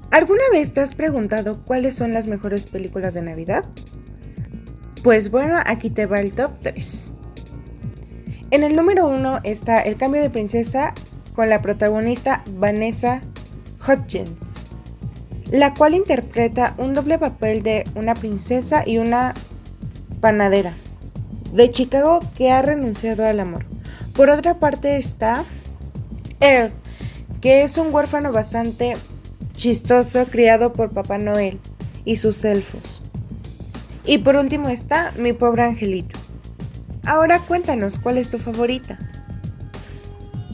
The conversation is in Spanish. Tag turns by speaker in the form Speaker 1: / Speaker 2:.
Speaker 1: ¿Alguna vez te has preguntado cuáles son las mejores películas de Navidad? Pues bueno, aquí te va el top 3. En el número 1 está El cambio de princesa con la protagonista Vanessa Hudgens, la cual interpreta un doble papel de una princesa y una panadera de Chicago que ha renunciado al amor. Por otra parte está Elf, que es un huérfano bastante chistoso criado por Papá Noel y sus elfos. Y por último está Mi pobre angelito. Ahora cuéntanos, ¿cuál es tu favorita?